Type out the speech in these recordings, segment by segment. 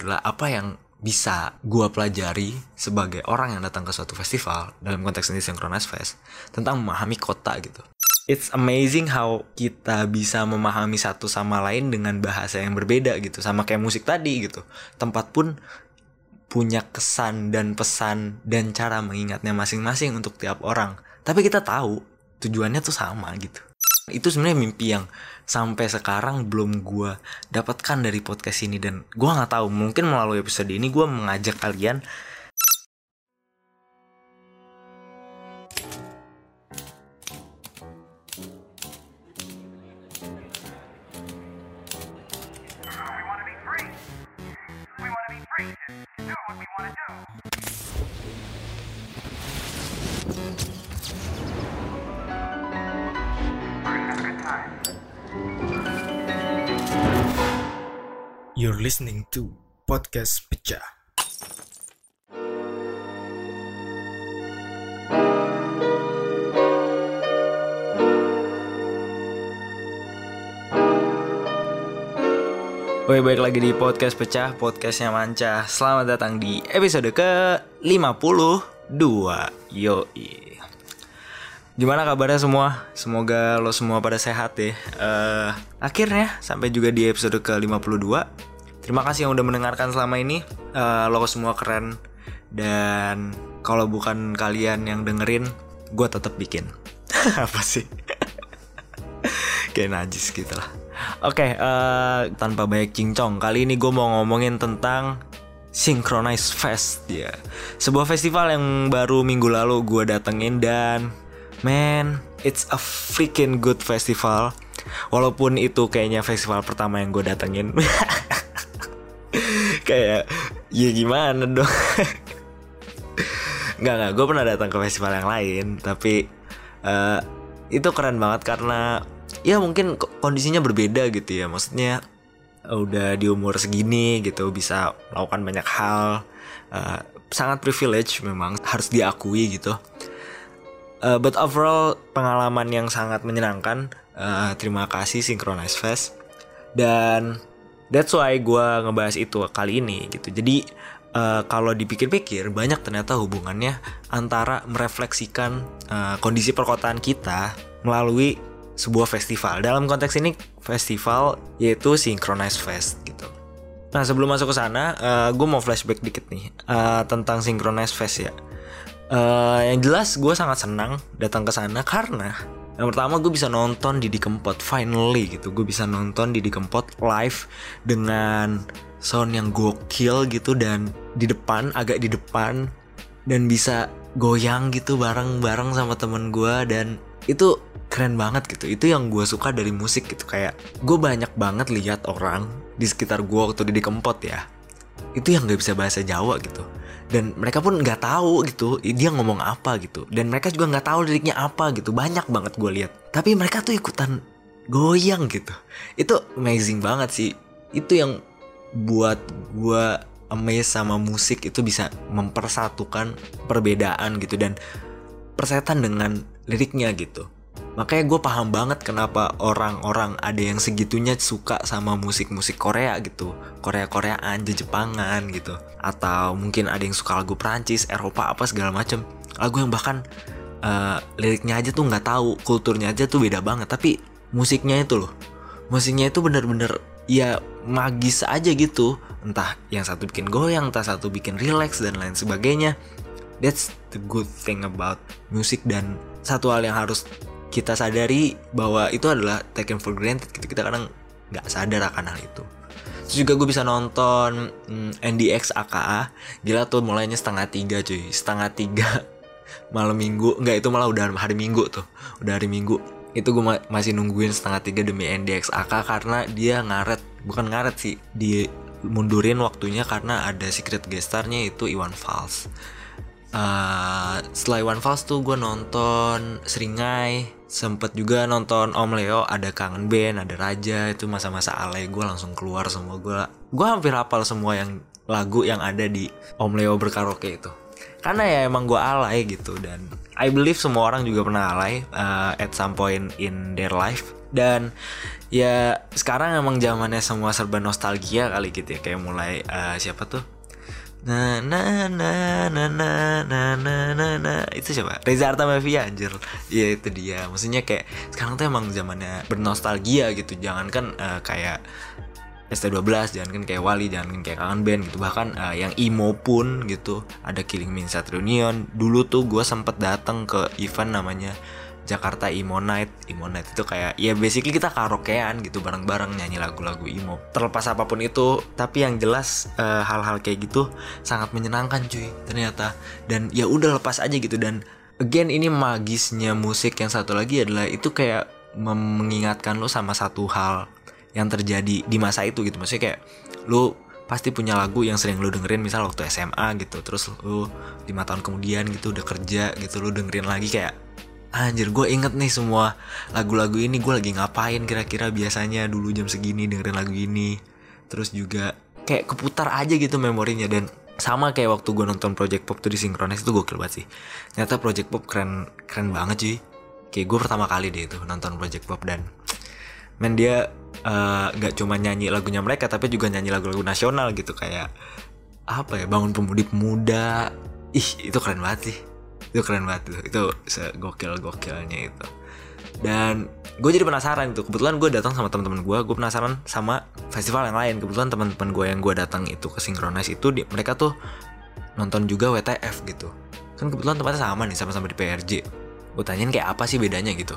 adalah apa yang bisa gue pelajari sebagai orang yang datang ke suatu festival, dalam konteks ini Synchronized Fest, tentang memahami kota gitu. It's amazing how kita bisa memahami satu sama lain dengan bahasa yang berbeda gitu. Sama kayak musik tadi gitu. Tempat pun punya kesan dan pesan dan cara mengingatnya masing-masing untuk tiap orang. Tapi kita tahu tujuannya tuh sama gitu. Itu sebenarnya mimpi yang sampai sekarang belum gue dapatkan dari podcast ini. Dan gue gak tahu, mungkin melalui episode ini gue mengajak kalian You're listening to Podcast Pecah. Oke, balik lagi di Podcast Pecah, podcastnya Manca. Selamat datang di episode ke-52. Yoi. Gimana kabarnya semua? Semoga lo semua pada sehat ya. Akhirnya sampai juga di episode ke-52. Terima kasih yang udah mendengarkan selama ini. Lo semua keren. Dan kalau bukan kalian yang dengerin, gue tetap bikin. Apa sih? Kayak najis gitu lah. Oke, tanpa banyak cincong, kali ini gue mau ngomongin tentang Synchronized Fest ya. Sebuah festival yang baru minggu lalu gue datengin dan man, it's a freaking good festival. Walaupun itu kayaknya festival pertama yang gue datengin. Kayak, ya gimana dong. Nggak, gue pernah datang ke festival yang lain. Tapi itu keren banget karena ya mungkin kondisinya berbeda gitu ya. Maksudnya udah di umur segini gitu, bisa melakukan banyak hal. Sangat privilege memang, harus diakui gitu. But overall pengalaman yang sangat menyenangkan. Terima kasih Synchronized Fest. Dan that's why gue ngebahas itu kali ini gitu. Jadi kalau dipikir-pikir, banyak ternyata hubungannya antara merefleksikan kondisi perkotaan kita melalui sebuah festival. Dalam konteks ini festival yaitu Synchronized Fest gitu. Nah, sebelum masuk ke sana, gue mau flashback dikit nih tentang Synchronized Fest ya. Yang jelas gue sangat senang datang ke sana karena yang pertama gue bisa nonton Didi Kempot finally gitu. Gue bisa nonton Didi Kempot live dengan sound yang gokil gitu, dan agak di depan, dan bisa goyang gitu bareng-bareng sama temen gue, dan itu keren banget gitu. Itu yang gue suka dari musik gitu. Kayak gue banyak banget lihat orang di sekitar gue waktu Didi Kempot ya, itu yang gak bisa bahasa Jawa gitu, dan mereka pun gak tahu gitu dia ngomong apa gitu, dan mereka juga gak tahu liriknya apa gitu. Banyak banget gue lihat, tapi mereka tuh ikutan goyang gitu. Itu amazing banget sih. Itu yang buat gue amazed sama musik, itu bisa mempersatukan perbedaan gitu dan persetan dengan liriknya gitu. Makanya gue paham banget kenapa orang-orang ada yang segitunya suka sama musik-musik Korea gitu, Korea-Koreaan, Jepangan gitu. Atau mungkin ada yang suka lagu Prancis, Eropa, apa segala macem. Lagu yang bahkan liriknya aja tuh gak tahu, kulturnya aja tuh beda banget. Tapi musiknya itu loh, musiknya itu bener-bener ya magis aja gitu. Entah yang satu bikin goyang, entah satu bikin relax dan lain sebagainya. That's the good thing about music. Dan satu hal yang harus kita sadari bahwa itu adalah taken for granted gitu. Kita kadang gak sadar akan hal itu. Terus juga gue bisa nonton NDX AKA. Gila tuh, mulainya 2:30 cuy. 2:30 malam minggu. Enggak, itu malah udah hari Minggu tuh. Udah hari Minggu. Itu gue masih nungguin 2:30 demi NDX AKA karena dia ngaret. Bukan ngaret sih, dia mundurin waktunya karena ada secret guest star-nya itu Iwan Fals. Setelah Iwan Fals tuh gue nonton Seringai, sempet juga nonton Om Leo, ada Kangen Band, ada Raja. Itu masa-masa alay gue langsung keluar semua. Gue hampir hafal semua yang lagu yang ada di Om Leo berkaraoke itu, karena ya emang gue alay gitu. Dan I believe semua orang juga pernah alay at some point in their life. Dan Ya sekarang emang zamannya semua serba nostalgia kali gitu ya. Kayak mulai siapa tuh, na na na na na na na na na itu siapa, Reza Artamevia anjir. Iya itu dia, maksudnya kayak sekarang tuh emang zamannya bernostalgia gitu. Jangankan kayak ST12, jangankan kayak Wali, jangankan kayak Kangen Band gitu. Bahkan yang emo pun gitu. Ada Killing Me Inside Reunion. Dulu tuh gue sempet datang ke event namanya Jakarta Emo Night. Emo Night itu kayak ya basically kita karaokean gitu bareng-bareng nyanyi lagu-lagu emo. Terlepas apapun itu, tapi yang jelas hal-hal kayak gitu sangat menyenangkan cuy ternyata. Dan ya udah lepas aja gitu. Dan again ini magisnya musik yang satu lagi adalah itu kayak mengingatkan lo sama satu hal yang terjadi di masa itu gitu. Maksudnya kayak lu pasti punya lagu yang sering lu dengerin misal waktu SMA gitu, terus lu 5 tahun kemudian gitu udah kerja gitu, lu dengerin lagi kayak anjir gue inget nih semua lagu-lagu ini, gue lagi ngapain kira-kira biasanya dulu jam segini dengerin lagu ini. Terus juga kayak keputar aja gitu memorinya. Dan sama kayak waktu gue nonton Project Pop tuh di Synchronize itu gokil banget sih. Ternyata Project Pop keren banget cuy. Kayak gue pertama kali deh itu nonton Project Pop, dan men dia gak cuma nyanyi lagunya mereka tapi juga nyanyi lagu-lagu nasional gitu. Kayak apa ya, Bangun Pemuda. Itu keren banget sih. Itu keren banget tuh. Itu segokil-gokilnya itu. Dan gue jadi penasaran itu. Kebetulan gue datang sama teman-teman gue penasaran sama festival yang lain. Kebetulan teman-teman gue yang gue datang itu ke Synchronize itu mereka tuh nonton juga WTF gitu. Kan kebetulan tempatnya sama nih, sama-sama di PRJ. Gue tanyain kayak apa sih bedanya gitu.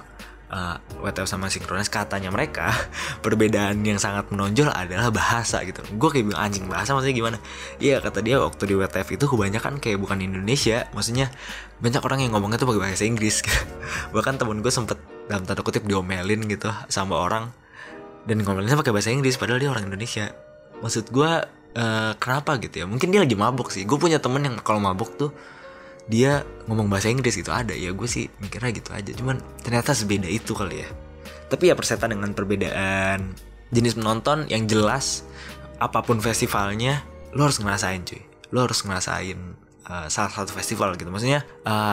WTF sama Synchronize, katanya mereka perbedaan yang sangat menonjol adalah bahasa gitu. Gue kayak bilang anjing, bahasa maksudnya gimana? Iya kata dia waktu di WTF itu kebanyakan kayak bukan Indonesia, maksudnya banyak orang yang ngomongnya tuh pakai bahasa Inggris gitu. Bahkan temen gue sempet dalam tanda kutip diomelin gitu sama orang dan ngomelinnya pakai bahasa Inggris padahal dia orang Indonesia. Maksud gue kenapa gitu ya? Mungkin dia lagi mabuk sih. Gue punya temen yang kalau mabuk tuh dia ngomong bahasa Inggris gitu ada. Ya gue sih mikirnya gitu aja. Cuman ternyata sebeda itu kali ya. Tapi ya persetan dengan perbedaan jenis penonton yang jelas. Apapun festivalnya lo harus ngerasain cuy. Lo harus ngerasain salah satu festival gitu. Maksudnya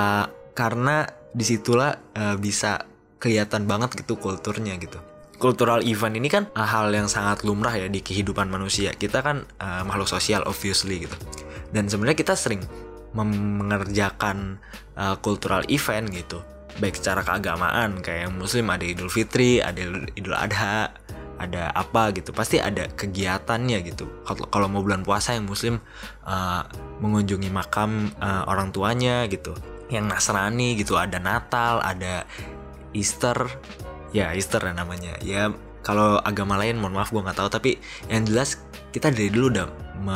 karena disitulah bisa kelihatan banget gitu kulturnya gitu. Cultural event ini kan hal yang sangat lumrah ya di kehidupan manusia. Kita kan makhluk sosial obviously gitu. Dan sebenarnya kita sering mengerjakan cultural event gitu, baik secara keagamaan kayak yang Muslim ada Idul Fitri, ada Idul Adha, ada apa gitu, pasti ada kegiatannya gitu. Kalau mau bulan puasa yang Muslim mengunjungi makam orang tuanya gitu, yang Nasrani gitu ada Natal, ada Easter, ya Easter namanya. Ya kalau agama lain mohon maaf gue nggak tahu, tapi yang jelas kita dari dulu udah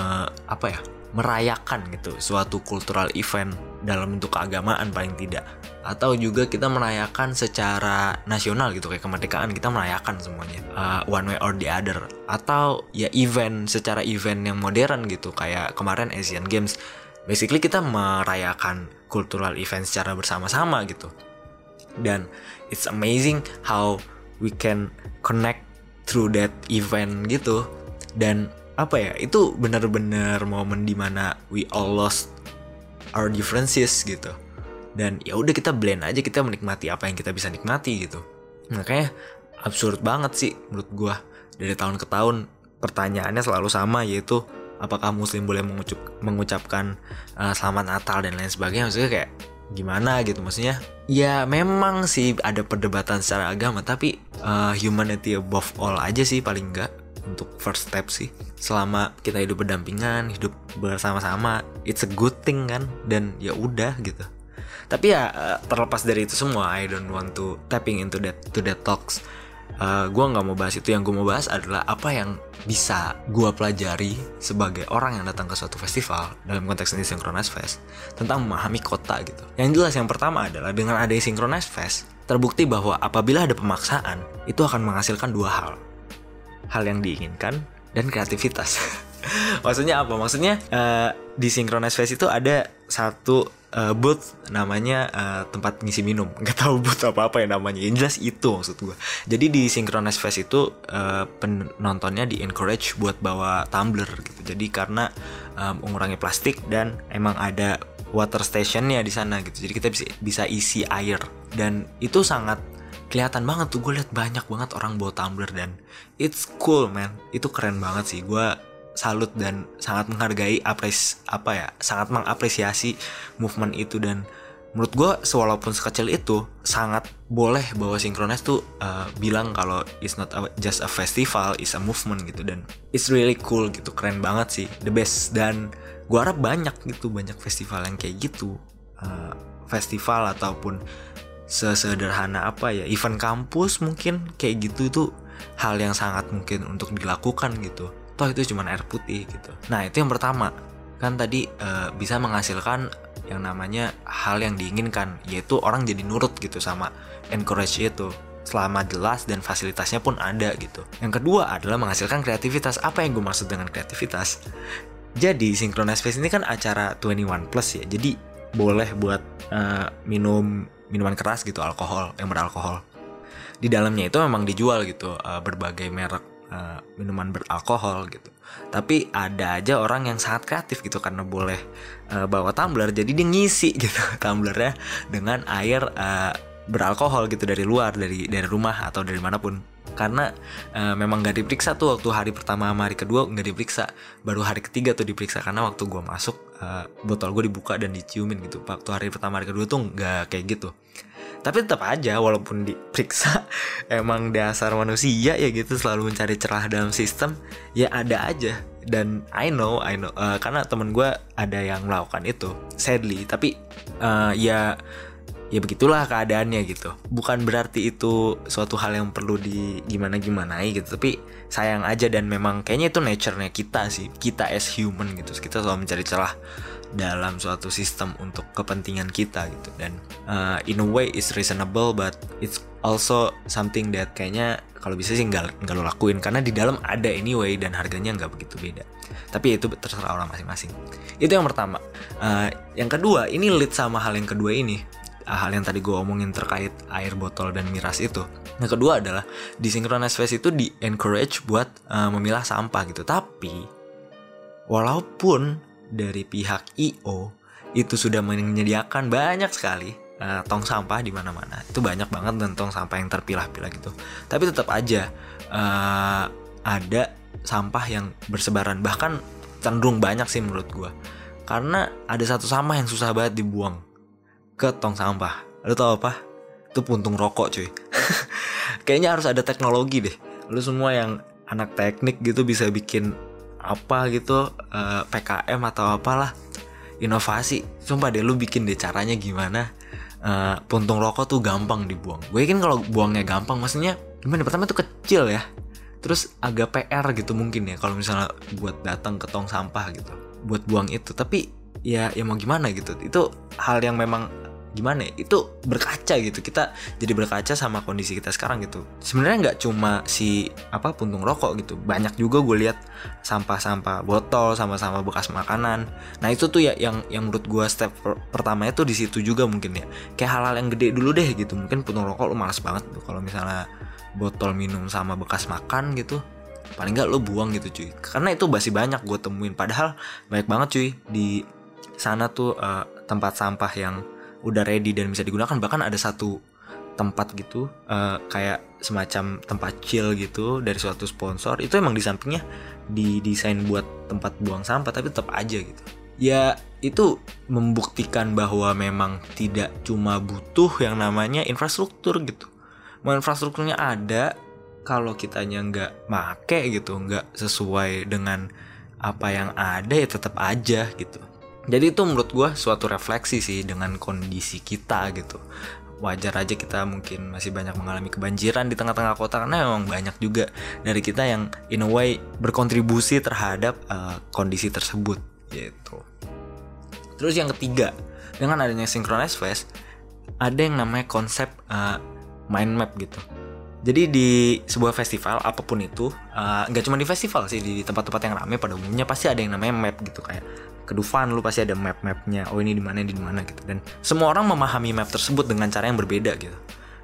merayakan gitu suatu cultural event dalam bentuk keagamaan paling tidak, atau juga kita merayakan secara nasional gitu kayak kemerdekaan, kita merayakan semuanya one way or the other. Atau ya secara event yang modern gitu kayak kemarin Asian Games, basically kita merayakan cultural event secara bersama-sama gitu. Dan it's amazing how we can connect through that event gitu. Dan itu benar-benar momen dimana we all lost our differences gitu. Dan ya udah kita blend aja, kita menikmati apa yang kita bisa nikmati gitu. Makanya absurd banget sih menurut gua. Dari tahun ke tahun pertanyaannya selalu sama, yaitu apakah Muslim boleh mengucapkan selamat Natal dan lain sebagainya. Maksudnya kayak gimana gitu, maksudnya ya memang sih ada perdebatan secara agama, tapi humanity above all aja sih paling enggak. Untuk first step sih, selama kita hidup berdampingan, hidup bersama-sama, it's a good thing kan. Dan ya udah gitu. Tapi ya terlepas dari itu semua, I don't want to tapping into that talks. Gue nggak mau bahas itu. Yang gue mau bahas adalah apa yang bisa gue pelajari sebagai orang yang datang ke suatu festival, dalam konteks ini Synchronize Fest, tentang memahami kota gitu. Yang jelas yang pertama adalah dengan adanya Synchronize Fest, terbukti bahwa apabila ada pemaksaan, itu akan menghasilkan dua hal yang diinginkan dan kreativitas. Maksudnya apa? Maksudnya di Synchronize Fest itu ada satu booth namanya tempat ngisi minum. Gak tahu booth apa ya namanya. Yang jelas itu maksud gue. Jadi di Synchronize Fest itu penontonnya di encourage buat bawa tumbler gitu. Jadi karena mengurangi plastik dan emang ada water stationnya di sana gitu. Jadi kita bisa isi air. Dan itu sangat kelihatan banget tuh, gue liat banyak banget orang bawa tumbler dan it's cool man. Itu keren banget sih, gue salut dan sangat menghargai sangat mengapresiasi movement itu. Dan menurut gue walaupun sekecil itu sangat boleh bahwa Synchronize tuh bilang kalau it's not just a festival, it's a movement gitu. Dan it's really cool gitu, keren banget sih, the best. Dan gue harap banyak festival yang kayak gitu, festival ataupun sesederhana event kampus mungkin kayak gitu. Itu hal yang sangat mungkin untuk dilakukan gitu, toh itu cuma air putih gitu. Nah itu yang pertama kan tadi, bisa menghasilkan yang namanya hal yang diinginkan, yaitu orang jadi nurut gitu sama encourage itu selama jelas dan fasilitasnya pun ada gitu. Yang kedua adalah menghasilkan kreativitas. Apa yang gue maksud dengan kreativitas? Jadi Synchronize Fest ini kan acara 21 plus ya, jadi boleh buat minuman keras gitu, alkohol yang beralkohol. Di dalamnya itu memang dijual gitu berbagai merek minuman beralkohol gitu. Tapi ada aja orang yang sangat kreatif gitu, karena boleh bawa tumbler, jadi dia ngisi gitu tumblernya dengan air beralkohol gitu dari luar, dari rumah atau dari manapun. Karena memang gak diperiksa tuh waktu hari pertama sama hari kedua, gak diperiksa. Baru hari ketiga tuh diperiksa, karena waktu gue masuk botol gue dibuka dan diciumin gitu. Waktu hari pertama hari kedua tuh gak kayak gitu. Tapi tetap aja walaupun diperiksa, emang dasar manusia ya gitu, selalu mencari celah dalam sistem, ya ada aja. Dan I know karena temen gue ada yang melakukan itu, sadly. Tapi ya begitulah keadaannya gitu. Bukan berarti itu suatu hal yang perlu gimana-gimanai gitu, tapi sayang aja. Dan memang kayaknya itu nature-nya kita sih, kita as human gitu. Kita selalu mencari celah dalam suatu sistem untuk kepentingan kita gitu. Dan in a way it's reasonable, but it's also something that kayaknya kalau bisa sih nggak lo lakuin, karena di dalam ada anyway dan harganya nggak begitu beda. Tapi itu terserah orang masing-masing. Itu yang pertama. Yang kedua, ini lead sama hal yang kedua ini, hal yang tadi gue omongin terkait air botol dan miras itu. Yang kedua adalah di Synchronize Fest itu di encourage buat memilah sampah gitu. Tapi walaupun dari pihak IO itu sudah menyediakan banyak sekali tong sampah di mana-mana, itu banyak banget dan tong sampah yang terpilah-pilah gitu, tapi tetap aja ada sampah yang bersebaran, bahkan cenderung banyak sih menurut gue. Karena ada satu sampah yang susah banget dibuang ke tong sampah. Lu tau apa? Itu puntung rokok cuy. Kayaknya harus ada teknologi deh. Lu semua yang anak teknik gitu bisa bikin apa gitu, PKM atau apalah, inovasi. Sumpah deh, lu bikin deh caranya gimana puntung rokok tuh gampang dibuang. Gue yakin kalau buangnya gampang, maksudnya gimana, pertama tuh kecil ya, terus agak PR gitu mungkin ya kalau misalnya buat datang ke tong sampah gitu buat buang itu. Tapi ya mau gimana gitu, itu hal yang memang gimana ya, itu berkaca gitu, kita jadi berkaca sama kondisi kita sekarang gitu. Sebenarnya nggak cuma si puntung rokok gitu, banyak juga gue lihat sampah-sampah botol, sama-sama bekas makanan. Nah itu tuh ya yang menurut gue step pertamanya tuh di situ juga mungkin ya, kayak hal-hal yang gede dulu deh gitu. Mungkin puntung rokok lu malas banget tuh, kalau misalnya botol minum sama bekas makan gitu paling nggak lo buang gitu cuy, karena itu masih banyak gue temuin. Padahal banyak banget cuy di sana tuh tempat sampah yang udah ready dan bisa digunakan. Bahkan ada satu tempat gitu kayak semacam tempat chill gitu dari suatu sponsor, itu emang di sampingnya didesain buat tempat buang sampah, tapi tetap aja gitu. Ya itu membuktikan bahwa memang tidak cuma butuh yang namanya infrastruktur gitu. Mau infrastrukturnya ada, kalau kitanya nggak make gitu, nggak sesuai dengan apa yang ada, ya tetap aja gitu. Jadi itu menurut gue suatu refleksi sih dengan kondisi kita gitu. Wajar aja kita mungkin masih banyak mengalami kebanjiran di tengah-tengah kota, karena memang banyak juga dari kita yang in a way berkontribusi terhadap kondisi tersebut gitu. Terus yang ketiga, dengan adanya Synchronize Fest ada yang namanya konsep mind map gitu. Jadi di sebuah festival apapun itu, nggak cuma di festival sih, di tempat-tempat yang ramai pada umumnya pasti ada yang namanya map gitu. Kayak ke Dufan lu pasti ada map-mapnya, oh ini di mana gitu. Dan semua orang memahami map tersebut dengan cara yang berbeda gitu.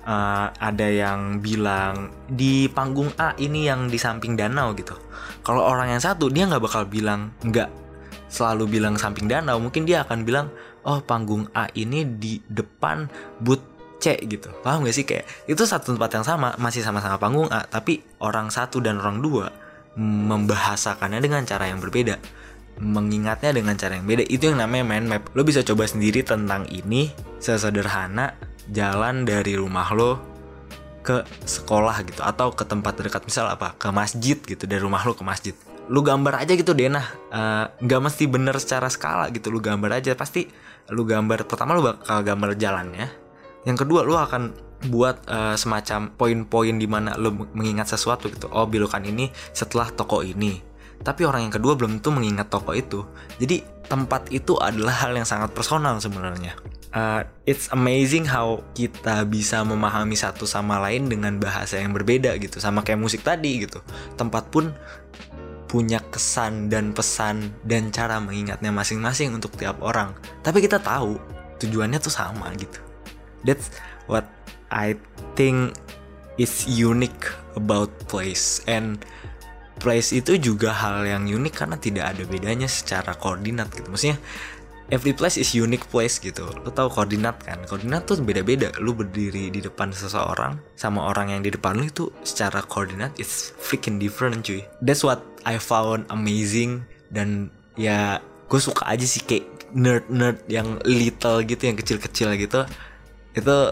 Ada yang bilang di panggung A ini yang di samping danau gitu. Kalau orang yang satu, dia nggak bakal bilang, nggak selalu bilang samping danau. Mungkin dia akan bilang, oh panggung A ini di depan booth C gitu. Paham gak sih? Kayak itu satu tempat yang sama, masih sama-sama panggung A, tapi orang satu dan orang dua membahasakannya dengan cara yang berbeda, mengingatnya dengan cara yang beda. Itu yang namanya mind map. Lo bisa coba sendiri tentang ini, sesederhana jalan dari rumah lo ke sekolah gitu, atau ke tempat dekat, misal apa, ke masjid gitu, dari rumah lo ke masjid. Lu gambar aja gitu deh, nggak mesti bener secara skala gitu. Lu gambar aja, pasti lu gambar, pertama lu bakal gambar jalannya, yang kedua lu akan buat semacam poin-poin di mana lu mengingat sesuatu gitu. Oh, belokan ini setelah toko ini, tapi orang yang kedua belum tentu mengingat toko itu. Jadi tempat itu adalah hal yang sangat personal sebenarnya. It's amazing how kita bisa memahami satu sama lain dengan bahasa yang berbeda gitu. Sama kayak musik tadi gitu, tempat pun punya kesan dan pesan dan cara mengingatnya masing-masing untuk tiap orang. Tapi kita tahu tujuannya tuh sama gitu. That's what I think is unique about place. And place itu juga hal yang unik karena tidak ada bedanya secara koordinat gitu. Maksudnya every place is unique place gitu. Lo tahu koordinat kan? Koordinat tuh beda-beda. Lo berdiri di depan seseorang sama orang yang di depan lo itu secara koordinat it's freaking different cuy. That's what I found amazing. Dan ya gue suka aja sih kayak nerd yang little gitu, yang kecil-kecil gitu. Itu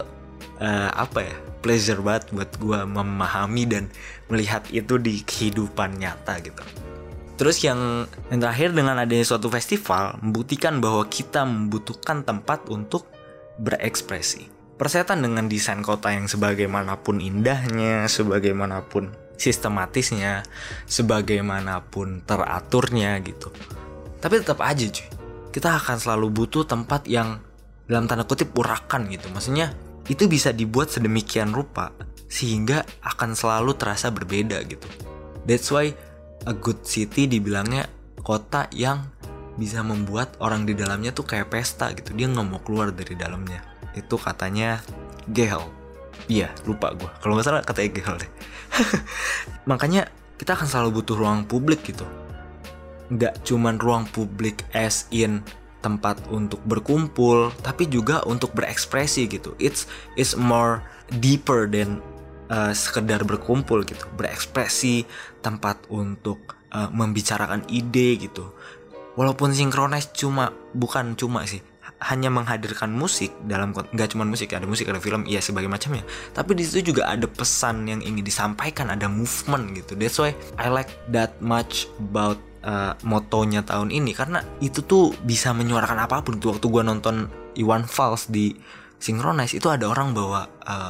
pleasure banget buat gue memahami dan melihat itu di kehidupan nyata gitu. Terus yang terakhir, dengan adanya suatu festival membuktikan bahwa kita membutuhkan tempat untuk berekspresi. Persetan dengan desain kota yang sebagaimanapun indahnya, sebagaimanapun sistematisnya, sebagaimanapun teraturnya gitu. Tapi tetap aja cuy, kita akan selalu butuh tempat yang dalam tanda kutip urakan gitu. Maksudnya itu bisa dibuat sedemikian rupa sehingga akan selalu terasa berbeda gitu. That's why a good city dibilangnya kota yang bisa membuat orang di dalamnya tuh kayak pesta gitu. Dia gak mau keluar dari dalamnya. Itu katanya Gehel. Iya, lupa gue. Kalau gak salah katanya Gehel deh. Makanya kita akan selalu butuh ruang publik gitu. Gak cuman ruang publik as in tempat untuk berkumpul, tapi juga untuk berekspresi gitu. It's more deeper than sekedar berkumpul gitu. Berekspresi, tempat untuk membicarakan ide gitu. Walaupun Synchronize bukan cuma sih hanya menghadirkan musik dalam, nggak cuma musik, ada musik, ada film, iya sebagai macamnya, tapi di situ juga ada pesan yang ingin disampaikan, ada movement gitu. That's why I like that much about motonya tahun ini, karena itu tuh bisa menyuarakan apapun tuh. Waktu gue nonton Iwan Fals di Synchronize itu ada orang bawa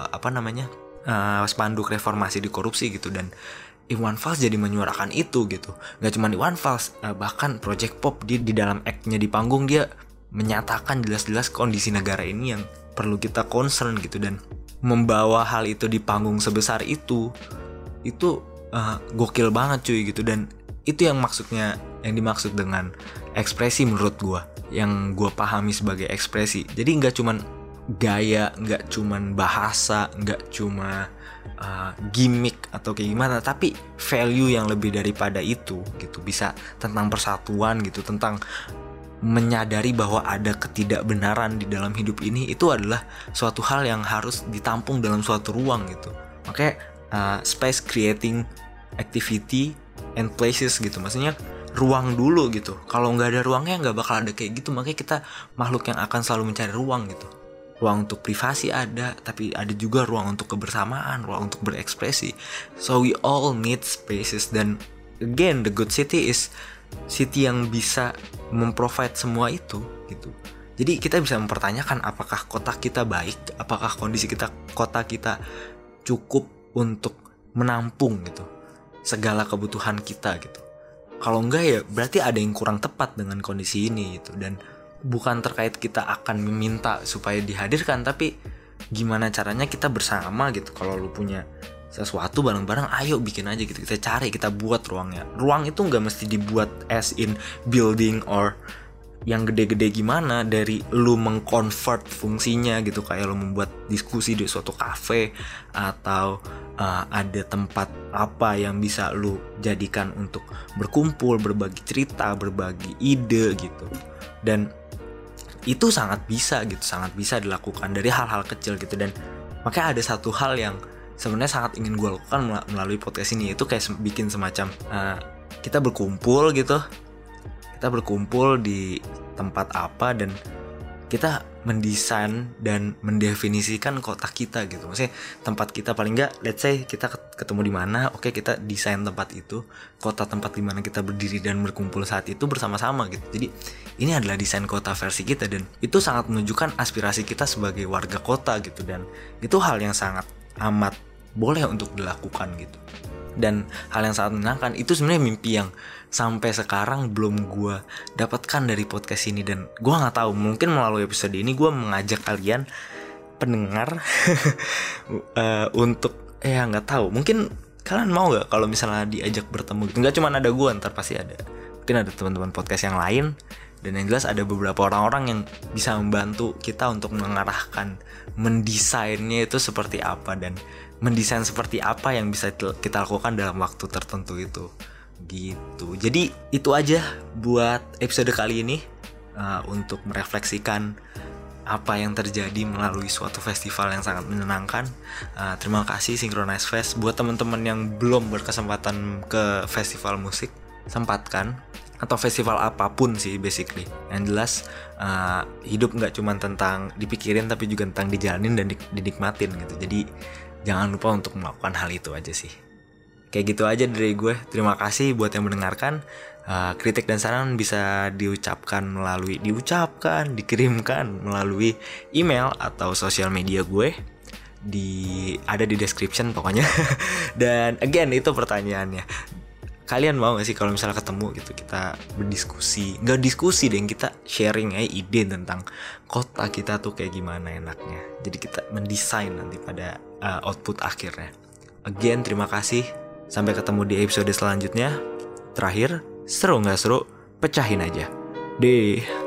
spanduk reformasi di korupsi gitu, dan Iwan Fals jadi menyuarakan itu gitu. Gak cuma Iwan Fals, bahkan Project Pop di dalam act-nya di panggung dia menyatakan jelas-jelas kondisi negara ini yang perlu kita concern gitu, dan membawa hal itu di panggung sebesar itu gokil banget cuy gitu. Dan itu yang dimaksud dengan ekspresi menurut gue, yang gue pahami sebagai ekspresi. Jadi nggak cuman gaya, nggak cuman bahasa, nggak cuma gimmick atau kayak gimana, tapi value yang lebih daripada itu gitu. Bisa tentang persatuan gitu, tentang menyadari bahwa ada ketidakbenaran di dalam hidup ini. Itu adalah suatu hal yang harus ditampung dalam suatu ruang gitu. Makanya space creating activity and places gitu. Maksudnya ruang dulu gitu. Kalau nggak ada ruangnya nggak bakal ada kayak gitu. Makanya kita makhluk yang akan selalu mencari ruang gitu. Ruang untuk privasi ada, tapi ada juga ruang untuk kebersamaan, ruang untuk berekspresi. So we all need spaces. Dan again, the good city is city yang bisa memprovide semua itu gitu. Jadi kita bisa mempertanyakan apakah kota kita baik, apakah kondisi kota kita cukup untuk menampung gitu segala kebutuhan kita gitu. Kalau enggak ya berarti ada yang kurang tepat dengan kondisi ini gitu. Dan bukan terkait kita akan meminta supaya dihadirkan, tapi gimana caranya kita bersama gitu. Kalau lu punya sesuatu bareng-bareng, ayo bikin aja gitu. Kita cari, kita buat ruangnya. Ruang itu nggak mesti dibuat as in building or yang gede-gede gimana, dari lu mengconvert fungsinya gitu. Kayak lu membuat diskusi di suatu cafe, atau ada tempat apa yang bisa lu jadikan untuk berkumpul, berbagi cerita, berbagi ide gitu. Dan itu sangat bisa gitu, sangat bisa dilakukan dari hal-hal kecil gitu. Dan makanya ada satu hal yang sebenarnya sangat ingin gue lakukan melalui podcast ini, itu kayak bikin semacam kita berkumpul gitu, kita berkumpul di tempat apa dan kita mendesain dan mendefinisikan kota kita gitu. Maksudnya tempat kita, paling enggak let's say kita ketemu di mana, oke, kita desain tempat itu, kota tempat di mana kita berdiri dan berkumpul saat itu bersama-sama gitu. Jadi ini adalah desain kota versi kita, dan itu sangat menunjukkan aspirasi kita sebagai warga kota gitu. Dan itu hal yang sangat amat boleh untuk dilakukan gitu. Dan hal yang sangat menyenangkan, itu sebenarnya mimpi yang sampai sekarang belum gue dapatkan dari podcast ini. Dan gue nggak tahu, mungkin melalui episode ini gue mengajak kalian pendengar untuk nggak tahu, mungkin kalian mau nggak kalau misalnya diajak bertemu gitu. Nggak cuma ada gue, ntar pasti ada, mungkin ada teman-teman podcast yang lain. Dan yang jelas ada beberapa orang-orang yang bisa membantu kita untuk mengarahkan, mendesainnya itu seperti apa, dan mendesain seperti apa yang bisa kita lakukan dalam waktu tertentu itu gitu. Jadi itu aja buat episode kali ini, untuk merefleksikan apa yang terjadi melalui suatu festival yang sangat menyenangkan. Terima kasih Synchronize Fest. Buat teman-teman yang belum berkesempatan ke festival musik, sempatkan, atau festival apapun sih basically. Yang jelas hidup nggak cuma tentang dipikirin, tapi juga tentang dijalanin dan dinikmatin gitu. Jadi jangan lupa untuk melakukan hal itu aja sih. Kayak gitu aja dari gue. Terima kasih buat yang mendengarkan. Kritik dan saran bisa dikirimkan melalui email atau sosial media gue. Ada di description pokoknya. Dan again, itu pertanyaannya. Kalian mau gak sih kalau misalnya ketemu gitu, kita berdiskusi, nggak diskusi deh, kita sharing ide tentang kota kita tuh kayak gimana enaknya. Jadi kita mendesain nanti pada output akhirnya. Again, terima kasih. Sampai ketemu di episode selanjutnya. Terakhir, seru nggak seru, pecahin aja. Deh.